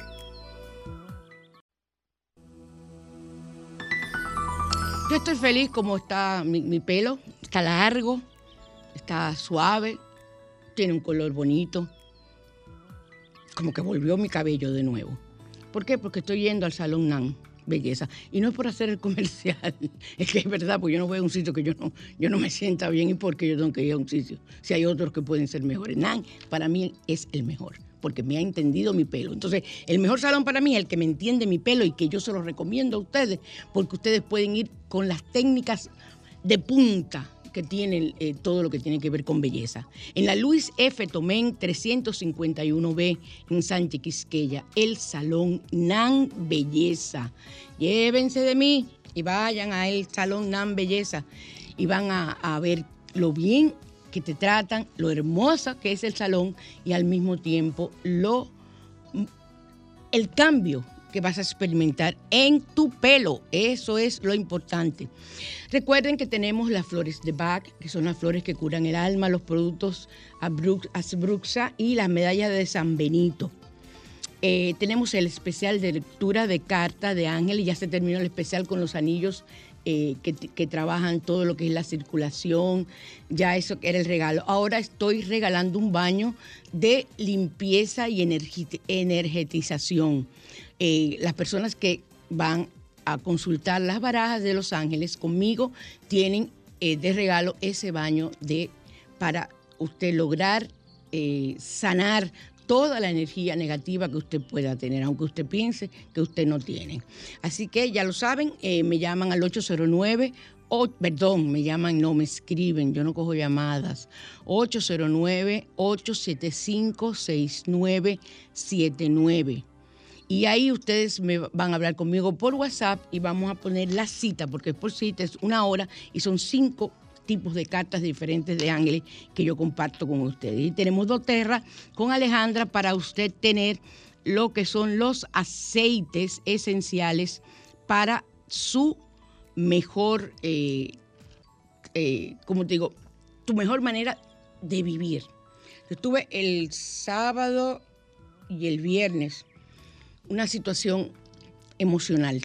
Yo estoy feliz como está mi, mi pelo, está largo. Está suave, tiene un color bonito, como que volvió mi cabello de nuevo. ¿Por qué? Porque estoy yendo al Salón Nan Belleza. Y no es por hacer el comercial, es que es verdad, porque yo no voy a un sitio que yo no, yo no me sienta bien y porque yo tengo que ir a un sitio. Si hay otros que pueden ser mejores. Nan, para mí es el mejor, porque me ha entendido mi pelo. Entonces, el mejor salón para mí es el que me entiende mi pelo y que yo se lo recomiendo a ustedes, porque ustedes pueden ir con las técnicas de punta que tiene eh, todo lo que tiene que ver con belleza. En la Luis F. Tomén trescientos cincuenta y uno B en Sánchez Quisqueya, el Salón Nan Belleza. Llévense de mí y vayan a el Salón Nan Belleza y van a, a ver lo bien que te tratan, lo hermosa que es el salón y al mismo tiempo lo, el cambio que vas a experimentar en tu pelo. Eso es lo importante. Recuerden que tenemos las flores de Bach, que son las flores que curan el alma, los productos Asbruxa y las medallas de San Benito. Eh, tenemos el especial de lectura de carta de ángel y ya se terminó el especial con los anillos eh, que, que trabajan todo lo que es la circulación. Ya eso era el regalo. Ahora estoy regalando un baño de limpieza y energi- energetización. Eh, las personas que van a consultar las barajas de los ángeles conmigo tienen eh, de regalo ese baño de, para usted lograr eh, sanar toda la energía negativa que usted pueda tener, aunque usted piense que usted no tiene. Así que ya lo saben, eh, me llaman al ocho cero nueve, oh, perdón, me llaman, no, me escriben, yo no cojo llamadas, ocho cero nueve, ocho siete cinco, seis nueve siete nueve. Y ahí ustedes me van a hablar conmigo por WhatsApp y vamos a poner la cita, porque por cita es una hora y son cinco tipos de cartas diferentes de ángeles que yo comparto con ustedes. Y tenemos doTERRA con Alejandra para usted tener lo que son los aceites esenciales para su mejor, eh, eh, como te digo, tu mejor manera de vivir. Yo estuve el sábado y el viernes una situación emocional.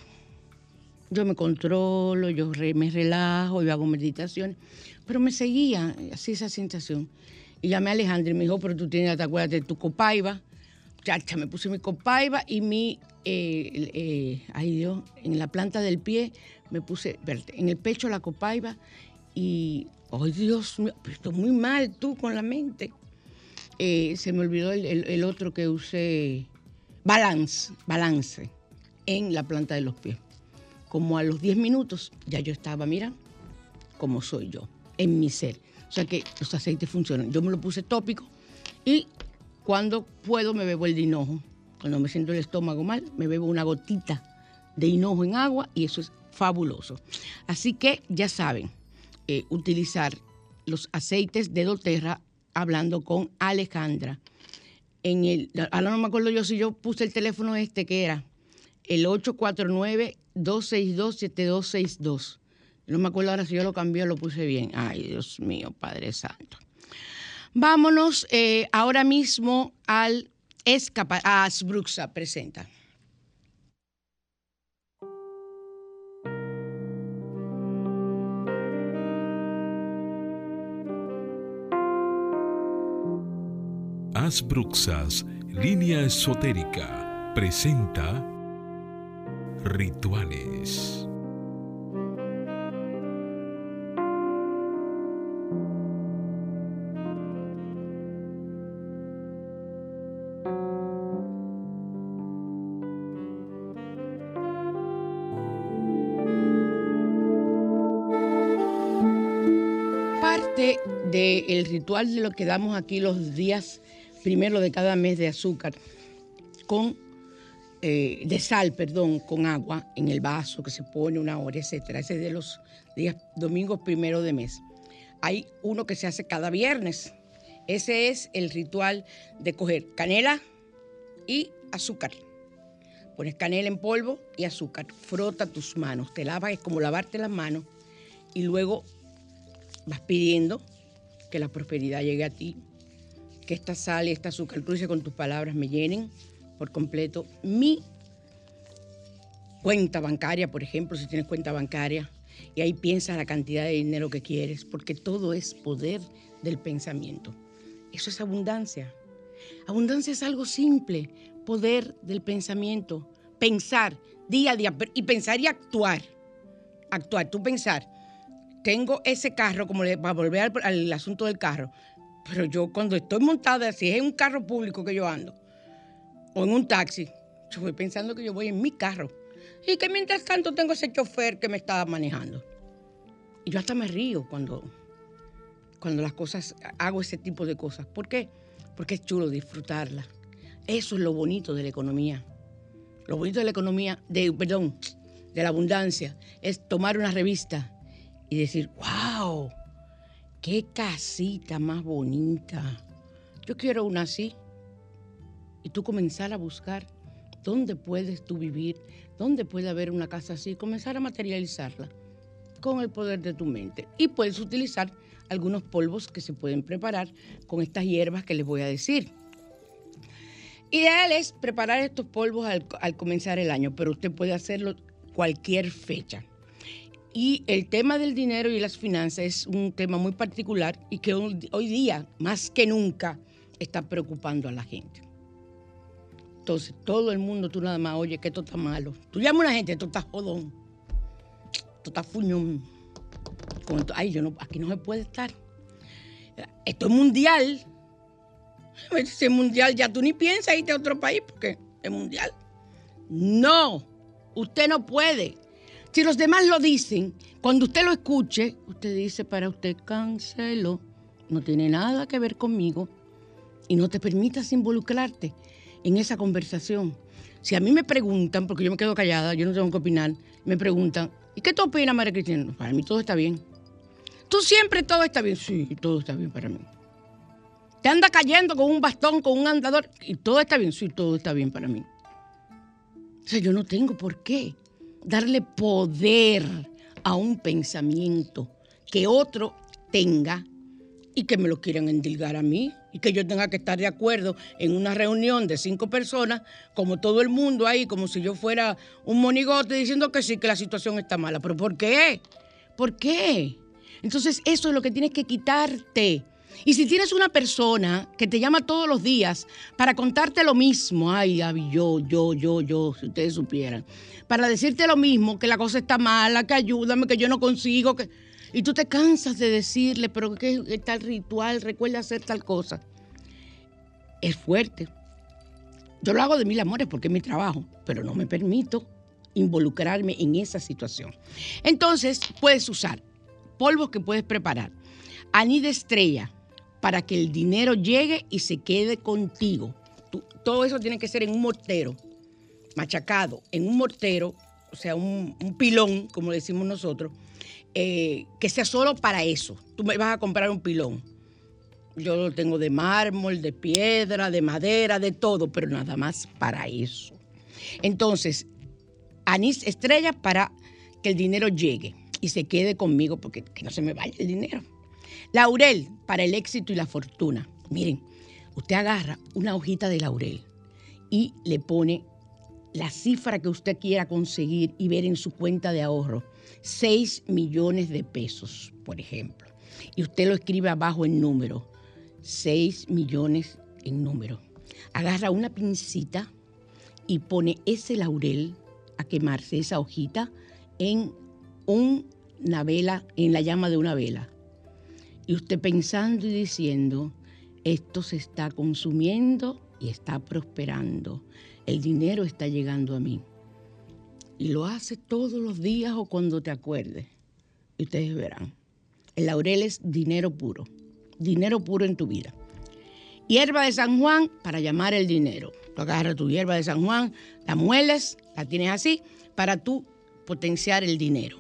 Yo me controlo, yo re, me relajo, yo hago meditación, pero me seguía así esa sensación. Y llamé a Alejandra y me dijo, pero tú tienes, te acuerdas de tu copaiba. Chacha, me puse mi copaiba y mi, eh, eh, ay Dios, en la planta del pie me puse, espérate, en el pecho la copaiba y, ay Dios mío, pero estoy muy mal tú con la mente. Eh, se me olvidó el, el, el otro que usé, balance, balance en la planta de los pies. Como a los diez minutos ya yo estaba, mira, como soy yo, en mi ser. O sea que los aceites funcionan. Yo me lo puse tópico y cuando puedo me bebo el de hinojo. Cuando me siento el estómago mal, me bebo una gotita de hinojo en agua y eso es fabuloso. Así que ya saben, eh, utilizar los aceites de doTERRA hablando con Alejandra. En el, ahora no me acuerdo yo si yo puse el teléfono este que era el ocho cuatro nueve, dos seis dos, siete dos seis dos. No me acuerdo ahora si yo lo cambié o lo puse bien. Ay, Dios mío, Padre Santo. Vámonos eh, ahora mismo al escapa, a Asbruxa presenta. Asbruxas, línea esotérica, presenta Rituales. Parte del ritual de lo que damos aquí los días primero de cada mes de azúcar, con, eh, de sal, perdón, con agua en el vaso que se pone una hora, etcétera. Ese es de los días domingos primero de mes. Hay uno que se hace cada viernes. Ese es el ritual de coger canela y azúcar. Pones canela en polvo y azúcar. Frota tus manos. Te lavas, es como lavarte las manos. Y luego vas pidiendo que la prosperidad llegue a ti, que esta sal y esta azúcar dulce con tus palabras me llenen por completo mi cuenta bancaria, por ejemplo, si tienes cuenta bancaria, y ahí piensa la cantidad de dinero que quieres, porque todo es poder del pensamiento. Eso es abundancia. Abundancia es algo simple, poder del pensamiento. Pensar día a día, y pensar y actuar. Actuar, tú pensar, tengo ese carro, como le, para volver al, al asunto del carro, pero yo cuando estoy montada, si es en un carro público que yo ando, o en un taxi, yo voy pensando que yo voy en mi carro. Y que mientras tanto tengo ese chofer que me está manejando. Y yo hasta me río cuando cuando las cosas, hago ese tipo de cosas. ¿Por qué? Porque es chulo disfrutarla. Eso es lo bonito de la economía. Lo bonito de la economía, de, perdón, de la abundancia, es tomar una revista y decir, wow, qué casita más bonita. Yo quiero una así. Y tú comenzar a buscar dónde puedes tú vivir, dónde puede haber una casa así, comenzar a materializarla con el poder de tu mente. Y puedes utilizar algunos polvos que se pueden preparar con estas hierbas que les voy a decir. Ideal es preparar estos polvos al, al comenzar el año, pero usted puede hacerlo cualquier fecha. Y el tema del dinero y las finanzas es un tema muy particular y que hoy, hoy día, más que nunca, está preocupando a la gente. Entonces, todo el mundo, tú nada más, oye, que esto está malo. Tú llamas a una gente, esto está jodón, esto está fuñón. Como, ay, yo no, aquí no se puede estar. Esto es mundial. Si es mundial, ya tú ni piensas irte a otro país porque es mundial. No, usted no puede. Si los demás lo dicen, cuando usted lo escuche, usted dice, para usted cancelo, no tiene nada que ver conmigo y no te permitas involucrarte en esa conversación. Si a mí me preguntan, porque yo me quedo callada, yo no tengo que opinar, me preguntan, ¿y qué tú opinas, María Cristina? Para mí todo está bien. ¿Tú siempre todo está bien? Sí, todo está bien para mí. ¿Te anda cayendo con un bastón, con un andador? ¿Y todo está bien? Sí, todo está bien para mí. O sea, yo no tengo por qué darle poder a un pensamiento que otro tenga y que me lo quieran endilgar a mí y que yo tenga que estar de acuerdo en una reunión de cinco personas, como todo el mundo ahí, como si yo fuera un monigote diciendo que sí, que la situación está mala. ¿Pero por qué? ¿Por qué? Entonces eso es lo que tienes que quitarte. Y si tienes una persona que te llama todos los días para contarte lo mismo, ay, ay, yo, yo, yo, yo, si ustedes supieran, para decirte lo mismo, que la cosa está mala, que ayúdame, que yo no consigo, que... y tú te cansas de decirle, pero que es tal ritual, recuerda hacer tal cosa. Es fuerte. Yo lo hago de mil amores porque es mi trabajo, pero no me permito involucrarme en esa situación. Entonces, puedes usar polvos que puedes preparar, anís de estrella, para que el dinero llegue y se quede contigo. Tú, todo eso tiene que ser en un mortero, machacado, en un mortero, o sea, un, un pilón, como decimos nosotros, eh, que sea solo para eso. Tú me vas a comprar un pilón. Yo lo tengo de mármol, de piedra, de madera, de todo, pero nada más para eso. Entonces, anís estrella para que el dinero llegue y se quede conmigo, porque que no se me vaya el dinero. Laurel, para el éxito y la fortuna. Miren, usted agarra una hojita de laurel y le pone la cifra que usted quiera conseguir y ver en su cuenta de ahorro. seis millones de pesos, por ejemplo. Y usted lo escribe abajo en número. seis millones en número. Agarra una pincita y pone ese laurel a quemarse, esa hojita, en una vela, en la llama de una vela. Y usted pensando y diciendo, esto se está consumiendo y está prosperando. El dinero está llegando a mí. Y lo hace todos los días o cuando te acuerdes. Y ustedes verán. El laurel es dinero puro. Dinero puro en tu vida. Hierba de San Juan para llamar el dinero. Tú agarras tu hierba de San Juan, la mueles, la tienes así, para tú potenciar el dinero.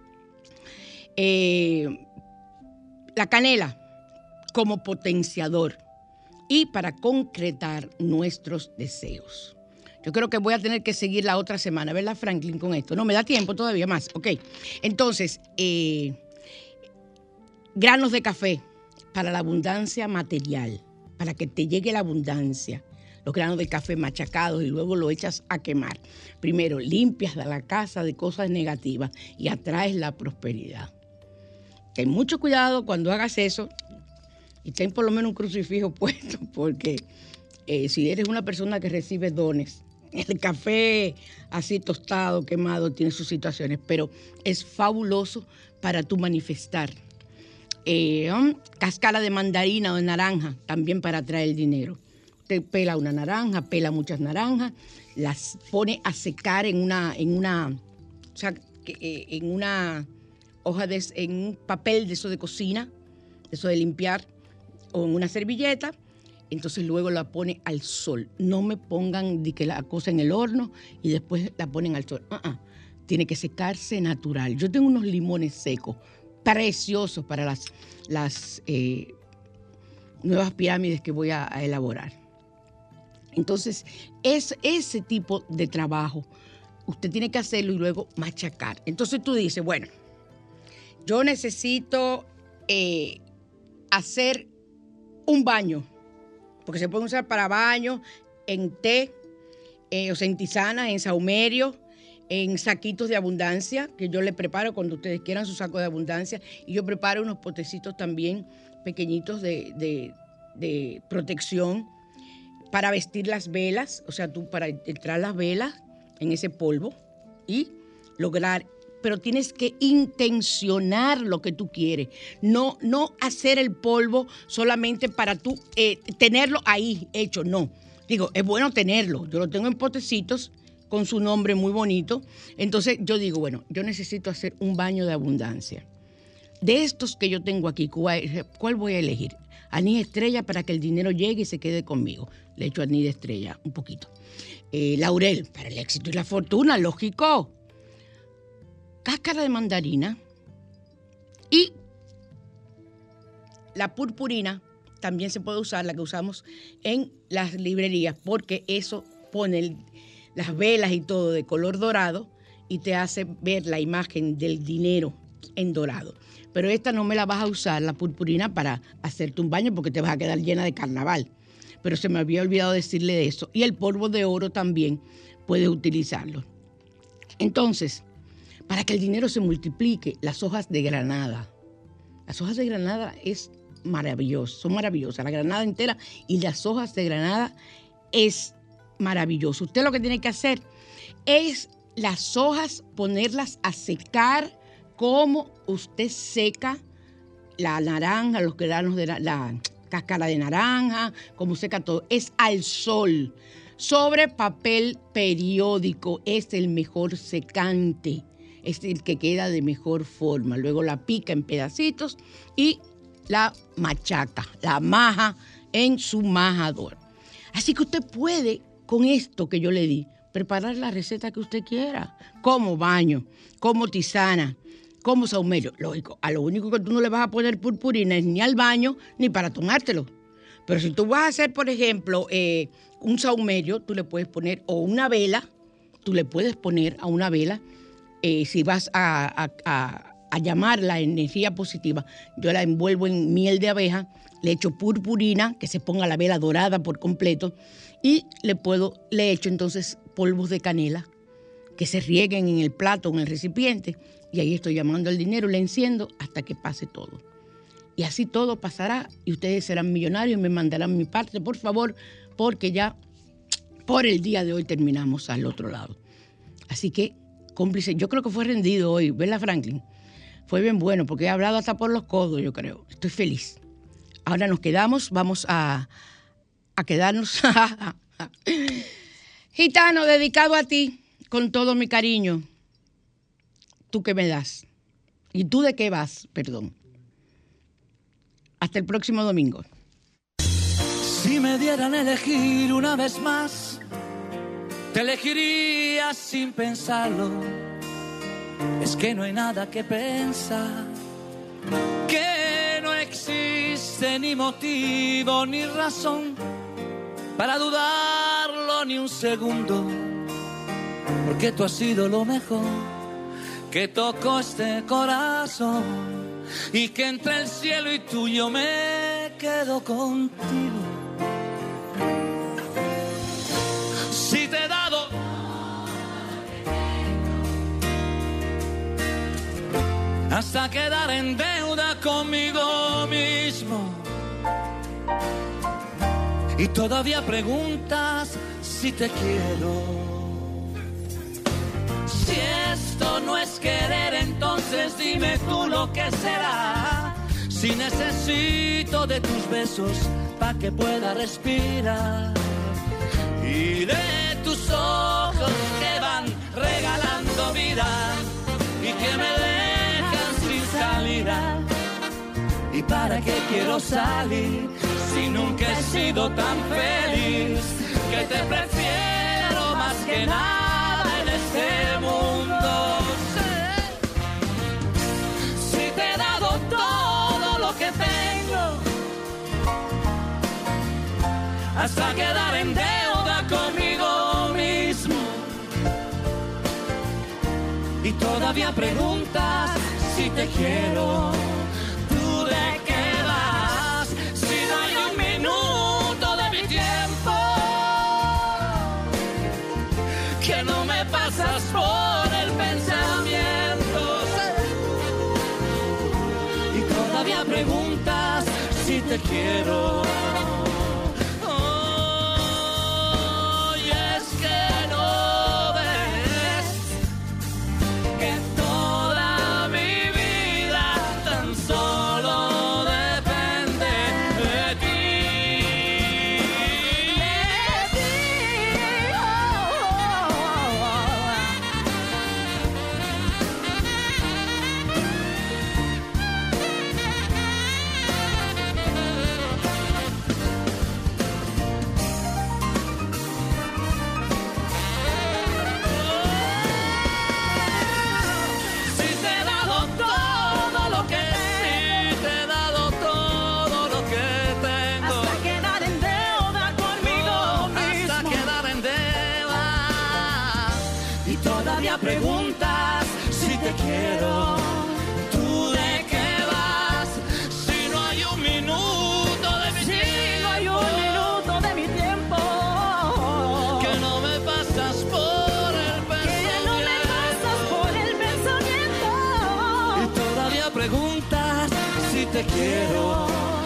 Eh... La canela como potenciador y para concretar nuestros deseos. Yo creo que voy a tener que seguir la otra semana, ¿verdad, Franklin, con esto? No, me da tiempo todavía más. Ok, entonces, eh, granos de café para la abundancia material, para que te llegue la abundancia. Los granos de café machacados y luego lo echas a quemar. Primero, limpias la casa de cosas negativas y atraes la prosperidad. Ten mucho cuidado cuando hagas eso y ten por lo menos un crucifijo puesto, porque eh, si eres una persona que recibe dones, el café así tostado, quemado, tiene sus situaciones, pero es fabuloso para tú manifestar. Eh, um, cáscara de mandarina o de naranja, también para atraer el dinero. Usted pela una naranja, pela muchas naranjas, las pone a secar en una, en una, o sea, en una... hoja de, en un papel de eso de cocina, eso de limpiar, o en una servilleta, entonces luego la pone al sol. No me pongan de que la cosa en el horno y después la ponen al sol. Uh-uh. Tiene que secarse natural. Yo tengo unos limones secos, preciosos para las, las eh, nuevas pirámides que voy a, a elaborar. Entonces, es ese tipo de trabajo. Usted tiene que hacerlo y luego machacar. Entonces tú dices, bueno, yo necesito eh, hacer un baño, porque se puede usar para baño, en té, eh, o sea, en tisana, en saumerio, en saquitos de abundancia, que yo le preparo cuando ustedes quieran su saco de abundancia, y yo preparo unos potecitos también pequeñitos de, de, de protección para vestir las velas, o sea, tú para entrar las velas en ese polvo y lograr, pero tienes que intencionar lo que tú quieres, no, no hacer el polvo solamente para tú eh, tenerlo ahí hecho, no. Digo, es bueno tenerlo, yo lo tengo en potecitos con su nombre muy bonito, entonces yo digo, bueno, yo necesito hacer un baño de abundancia. De estos que yo tengo aquí, ¿cuál, cuál voy a elegir? Anís estrella para que el dinero llegue y se quede conmigo. Le echo anís de estrella, un poquito. Eh, laurel, para el éxito y la fortuna, lógico. Cáscara de mandarina y la purpurina también se puede usar, la que usamos en las librerías, porque eso pone el, las velas y todo de color dorado y te hace ver la imagen del dinero en dorado. Pero esta no me la vas a usar, la purpurina, para hacerte un baño porque te vas a quedar llena de carnaval. Pero se me había olvidado decirle de eso. Y el polvo de oro también puedes utilizarlo. Entonces, para que el dinero se multiplique, las hojas de granada. Las hojas de granada es maravilloso, son maravillosas. La granada entera y las hojas de granada es maravilloso. Usted lo que tiene que hacer es las hojas ponerlas a secar como usted seca la naranja, los granos de la, la cáscara de naranja, como seca todo. Es al sol, sobre papel periódico. Es el mejor secante. Es el que queda de mejor forma. Luego la pica en pedacitos y la machaca, la maja en su majador. Así que usted puede, con esto que yo le di, preparar la receta que usted quiera. Como baño, como tisana, como saumerio. Lógico, a lo único que tú no le vas a poner purpurina es ni al baño ni para tomártelo. Pero si tú vas a hacer, por ejemplo, eh, un saumerio, tú le puedes poner, o una vela, tú le puedes poner a una vela. Eh, si vas a, a, a, a llamar la energía positiva, yo la envuelvo en miel de abeja, le echo purpurina, que se ponga la vela dorada por completo, y le puedo, le echo entonces polvos de canela, que se rieguen en el plato, en el recipiente, y ahí estoy llamando el dinero, le enciendo hasta que pase todo. Y así todo pasará, y ustedes serán millonarios y me mandarán mi parte, por favor, porque ya por el día de hoy terminamos al otro lado. Así que, cómplice, yo creo que fue rendido hoy, ¿verdad, Franklin? Fue bien bueno, porque he hablado hasta por los codos, yo creo. Estoy feliz. Ahora nos quedamos, vamos a, a quedarnos. Gitano, dedicado a ti, con todo mi cariño. ¿Tú qué me das? ¿Y tú de qué vas? Perdón. Hasta el próximo domingo. Si me dieran elegir una vez más, te elegiría sin pensarlo. Es que no hay nada que pensar, que no existe ni motivo ni razón para dudarlo ni un segundo, porque tú has sido lo mejor que tocó este corazón, y que entre el cielo y tú yo me quedo contigo. Si te he dado hasta quedar en deuda conmigo mismo, y todavía preguntas si te quiero. Si esto no es querer, entonces dime tú lo que será. Si necesito de tus besos pa' que pueda respirar, y de tus ojos que van regalando vida y que me dejan sin salida, y ¿Y para qué quiero salir si nunca he sido tan feliz? Que te prefiero más que nada en este mundo. Si te he dado todo lo que tengo, hasta quedar en deuda conmigo mismo. Y todavía preguntas si te quiero. ¿Tú de qué vas? Si no hay un minuto de mi tiempo que no me pasas por el pensamiento. Y todavía preguntas si te quiero. Preguntas si te quiero. ¿Tú de qué vas? Si no hay un minuto de mi si tiempo. Si no hay un minuto de mi tiempo. Que no me pasas por el pensamiento. Que no me pasas por el pensamiento. Y todavía preguntas si te quiero.